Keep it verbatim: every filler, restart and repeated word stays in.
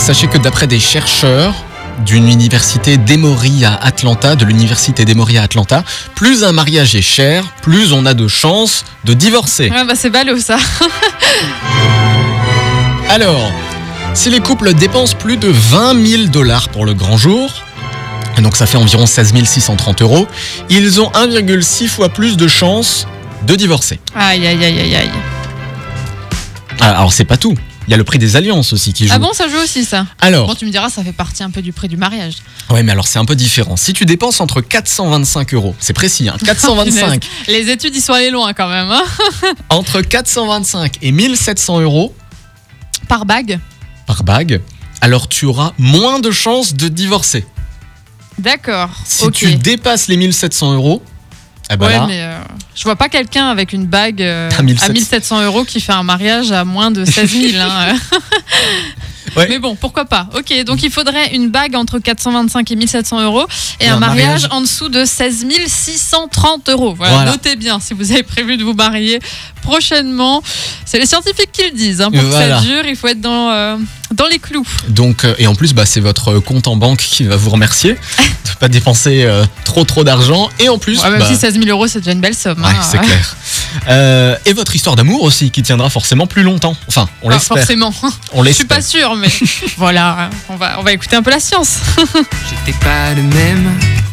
sachez que d'après des chercheurs d'une université d'Emory à Atlanta, de l'université d'Emory à Atlanta, plus un mariage est cher, plus on a de chances de divorcer. Ouais, bah c'est ballot ça. Alors, si les couples dépensent plus de vingt mille dollars pour le grand jour, et donc ça fait environ seize mille six cent trente euros, ils ont un virgule six fois plus de chances de divorcer. Aïe, aïe, aïe, aïe, aïe. Alors, c'est pas tout. Il y a le prix des alliances aussi qui joue. Ah bon, ça joue aussi ça. Alors, Bon, tu me diras, ça fait partie un peu du prix du mariage. ouais, mais alors c'est un peu différent. Si tu dépenses entre quatre cent vingt-cinq euros, c'est précis, hein, quatre cent vingt-cinq, Les études, ils sont allés loin quand même. Hein. entre quatre cent vingt-cinq et mille sept cents euros Par bague. par bague, alors tu auras moins de chances de divorcer. D'accord. Si ok. tu dépasses les mille sept cents euros, eh ben Ouais, là, mais euh, je vois pas quelqu'un avec une bague euh, À mille sept cents. à mille sept cents euros qui fait un mariage à moins de seize mille. Hein. Ouais. Mais bon, pourquoi pas. Ok, donc il faudrait une bague entre quatre cent vingt-cinq et mille sept cents euros et, Et un, un mariage, mariage en dessous de seize mille six cent trente euros. Voilà, Voilà. Notez bien si vous avez prévu de vous marier prochainement. C'est les scientifiques qui le disent. Hein, pour Voilà. que ça dure, il faut être dans, euh, dans les clous. donc, euh, et en plus, bah, c'est votre compte en banque qui va vous remercier de pas dépenser euh, trop trop d'argent. Et en plus, Ouais, même bah, si seize mille euros, c'est déjà une belle somme. ouais, hein. c'est clair. Euh, et votre histoire d'amour aussi, qui tiendra forcément plus longtemps. Enfin, on Pas l'espère. forcément. On Je suis pas l'espère. sûre, mais voilà, on va, on va écouter un peu la science. J'étais pas le même